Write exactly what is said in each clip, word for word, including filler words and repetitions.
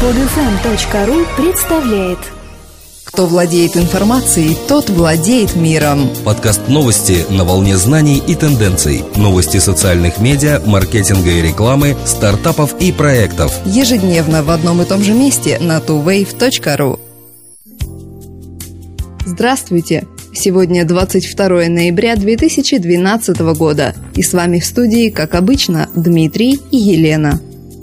под эф эм точка ру представляет. Кто владеет информацией, тот владеет миром. Подкаст новости на волне знаний и тенденций. Новости социальных медиа, маркетинга и рекламы, стартапов и проектов. Ежедневно в одном и том же месте на ту вейв точка ру. Здравствуйте! Сегодня двадцать второе ноября две тысячи двенадцатого года. И с вами в студии, как обычно, Дмитрий и Елена.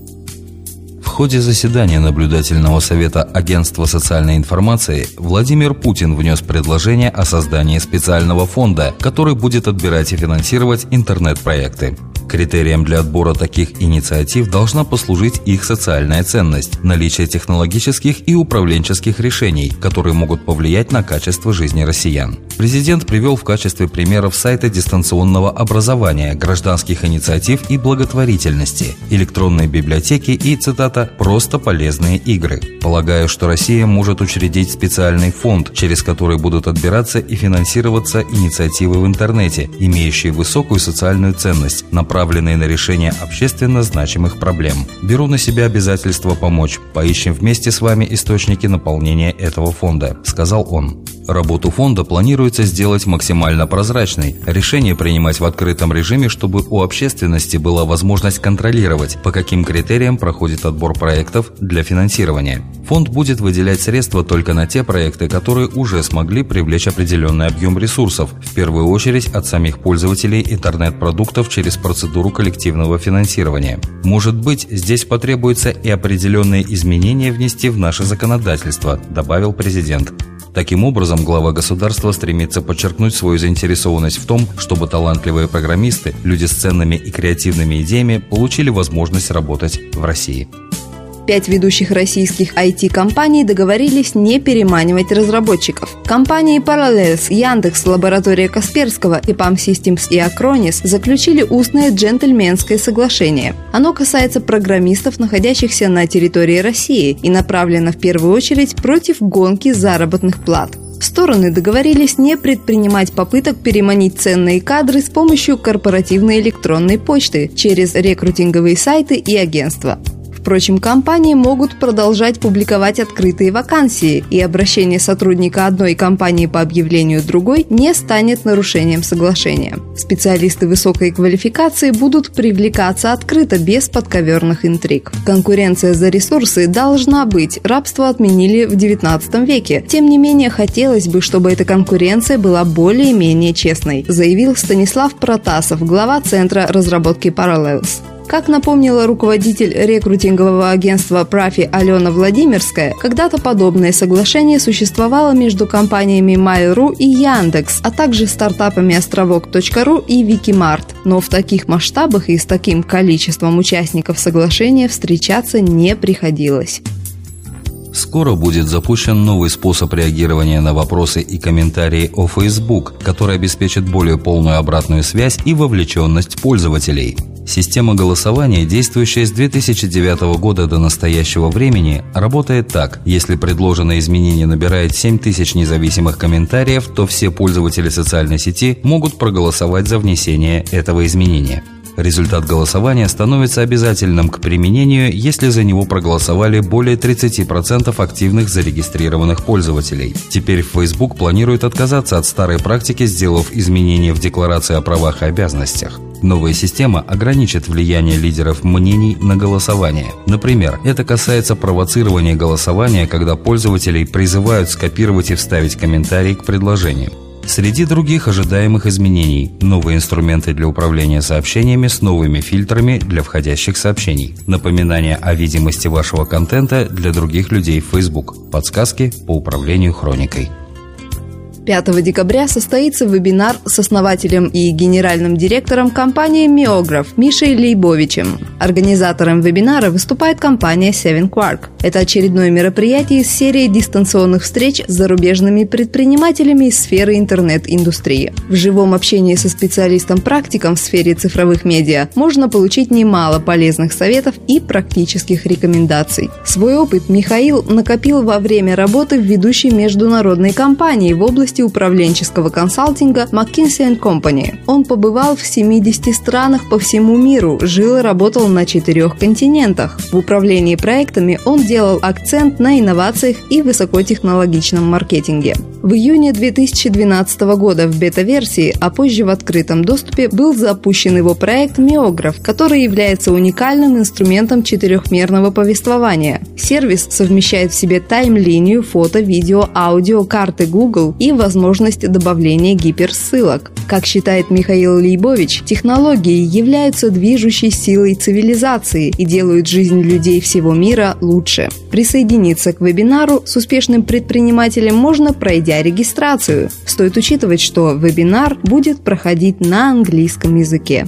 В ходе заседания наблюдательного совета Агентства социальной информации Владимир Путин внес предложение о создании специального фонда, который будет отбирать и финансировать интернет-проекты. Критерием для отбора таких инициатив должна послужить их социальная ценность, наличие технологических и управленческих решений, которые могут повлиять на качество жизни россиян. Президент привел в качестве примеров сайты дистанционного образования, гражданских инициатив и благотворительности, электронные библиотеки и, цитата, «просто полезные игры». Полагаю, что Россия может учредить специальный фонд, через который будут отбираться и финансироваться инициативы в интернете, имеющие высокую социальную ценность, направленные на решение общественно значимых проблем. Беру на себя обязательство помочь. Поищем вместе с вами источники наполнения этого фонда, сказал он. Работу фонда планируется сделать максимально прозрачной, решение принимать в открытом режиме, чтобы у общественности была возможность контролировать, по каким критериям проходит отбор проектов для финансирования. Фонд будет выделять средства только на те проекты, которые уже смогли привлечь определенный объем ресурсов, в первую очередь от самих пользователей интернет-продуктов через процедуру коллективного финансирования. Может быть, здесь потребуется и определенные изменения внести в наше законодательство, добавил президент. Таким образом, глава государства стремится подчеркнуть свою заинтересованность в том, чтобы талантливые программисты, люди с ценными и креативными идеями получили возможность работать в России. Пять ведущих российских ай ти-компаний договорились не переманивать разработчиков. Компании Parallels, Яндекс, Лаборатория Касперского, EPAM Systems и Acronis заключили устное джентльменское соглашение. Оно касается программистов, находящихся на территории России, и направлено в первую очередь против гонки заработных плат. Стороны договорились не предпринимать попыток переманить ценные кадры с помощью корпоративной электронной почты через рекрутинговые сайты и агентства. Впрочем, компании могут продолжать публиковать открытые вакансии, и обращение сотрудника одной компании по объявлению другой не станет нарушением соглашения. Специалисты высокой квалификации будут привлекаться открыто, без подковерных интриг. Конкуренция за ресурсы должна быть, рабство отменили в девятнадцатом веке. Тем не менее, хотелось бы, чтобы эта конкуренция была более-менее честной, заявил Станислав Протасов, глава Центра разработки Parallels. Как напомнила руководитель рекрутингового агентства Прафи Алена Владимирская, когда-то подобное соглашение существовало между компаниями Mail.ru и Яндекс, а также стартапами островок точка ру и Викимарт. Но в таких масштабах и с таким количеством участников соглашения встречаться не приходилось. Скоро будет запущен новый способ реагирования на вопросы и комментарии о Facebook, который обеспечит более полную обратную связь и вовлеченность пользователей. Система голосования, действующая с две тысячи девятого года до настоящего времени, работает так: если предложенное изменение набирает семь тысяч независимых комментариев, то все пользователи социальной сети могут проголосовать за внесение этого изменения. Результат голосования становится обязательным к применению, если за него проголосовали более тридцати процентов активных зарегистрированных пользователей. Теперь Facebook планирует отказаться от старой практики, сделав изменения в Декларации о правах и обязанностях. Новая система ограничит влияние лидеров мнений на голосование. Например, это касается провоцирования голосования, когда пользователей призывают скопировать и вставить комментарий к предложению. Среди других ожидаемых изменений – новые инструменты для управления сообщениями с новыми фильтрами для входящих сообщений, напоминания о видимости вашего контента для других людей в Facebook, подсказки по управлению хроникой. пятого декабря состоится вебинар с основателем и генеральным директором компании Миограф Мишей Лейбовичем. Организатором вебинара выступает компания Seven Quark. Это очередное мероприятие из серии дистанционных встреч с зарубежными предпринимателями из сферы интернет-индустрии. В живом общении со специалистом-практиком в сфере цифровых медиа можно получить немало полезных советов и практических рекомендаций. Свой опыт Михаил накопил во время работы в ведущей международной компании в области области управленческого консалтинга McKinsey энд Company. Он побывал в семидесяти странах по всему миру, жил и работал на четырех континентах. В управлении проектами он делал акцент на инновациях и высокотехнологичном маркетинге. В июне две тысячи двенадцатого года в бета-версии, а позже в открытом доступе, был запущен его проект Meograph, который является уникальным инструментом четырехмерного повествования. Сервис совмещает в себе тайм-линию, фото, видео, аудио, карты Google и возможность добавления гиперссылок. Как считает Михаил Лейбович, технологии являются движущей силой цивилизации и делают жизнь людей всего мира лучше. Присоединиться к вебинару с успешным предпринимателем можно, пройдя регистрацию. Стоит учитывать, что вебинар будет проходить на английском языке.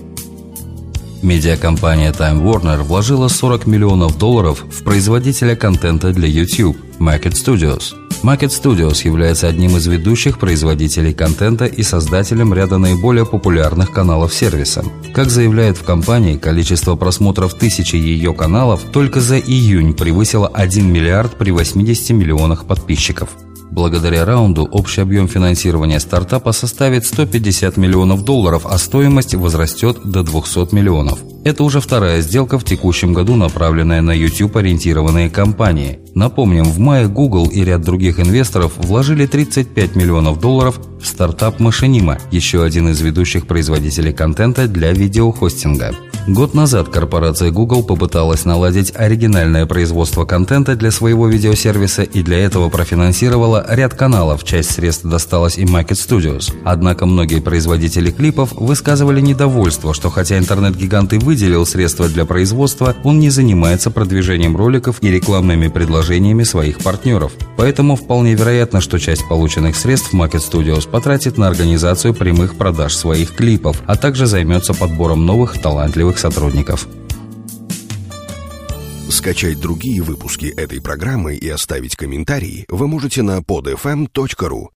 Медиакомпания Time Warner вложила сорок миллионов долларов в производителя контента для YouTube – Market Studios. Market Studios является одним из ведущих производителей контента и создателем ряда наиболее популярных каналов сервиса. Как заявляют в компании, количество просмотров тысячи ее каналов только за июнь превысило один миллиард при восьмидесяти миллионах подписчиков. Благодаря раунду общий объем финансирования стартапа составит сто пятьдесят миллионов долларов, а стоимость возрастет до двухсот миллионов. Это уже вторая сделка в текущем году, направленная на YouTube-ориентированные компании. Напомним, в мае Google и ряд других инвесторов вложили тридцать пять миллионов долларов в стартап Machinima, еще один из ведущих производителей контента для видеохостинга. Год назад корпорация Google попыталась наладить оригинальное производство контента для своего видеосервиса и для этого профинансировала ряд каналов, часть средств досталась и Market Studios. Однако многие производители клипов высказывали недовольство, что хотя интернет-гигант и выделил средства для производства, он не занимается продвижением роликов и рекламными предложениями своих партнеров. Поэтому вполне вероятно, что часть полученных средств Market Studios потратит на организацию прямых продаж своих клипов, а также займется подбором новых талантливых сотрудников. Скачать другие выпуски этой программы и оставить комментарии вы можете на под эф эм точка ру.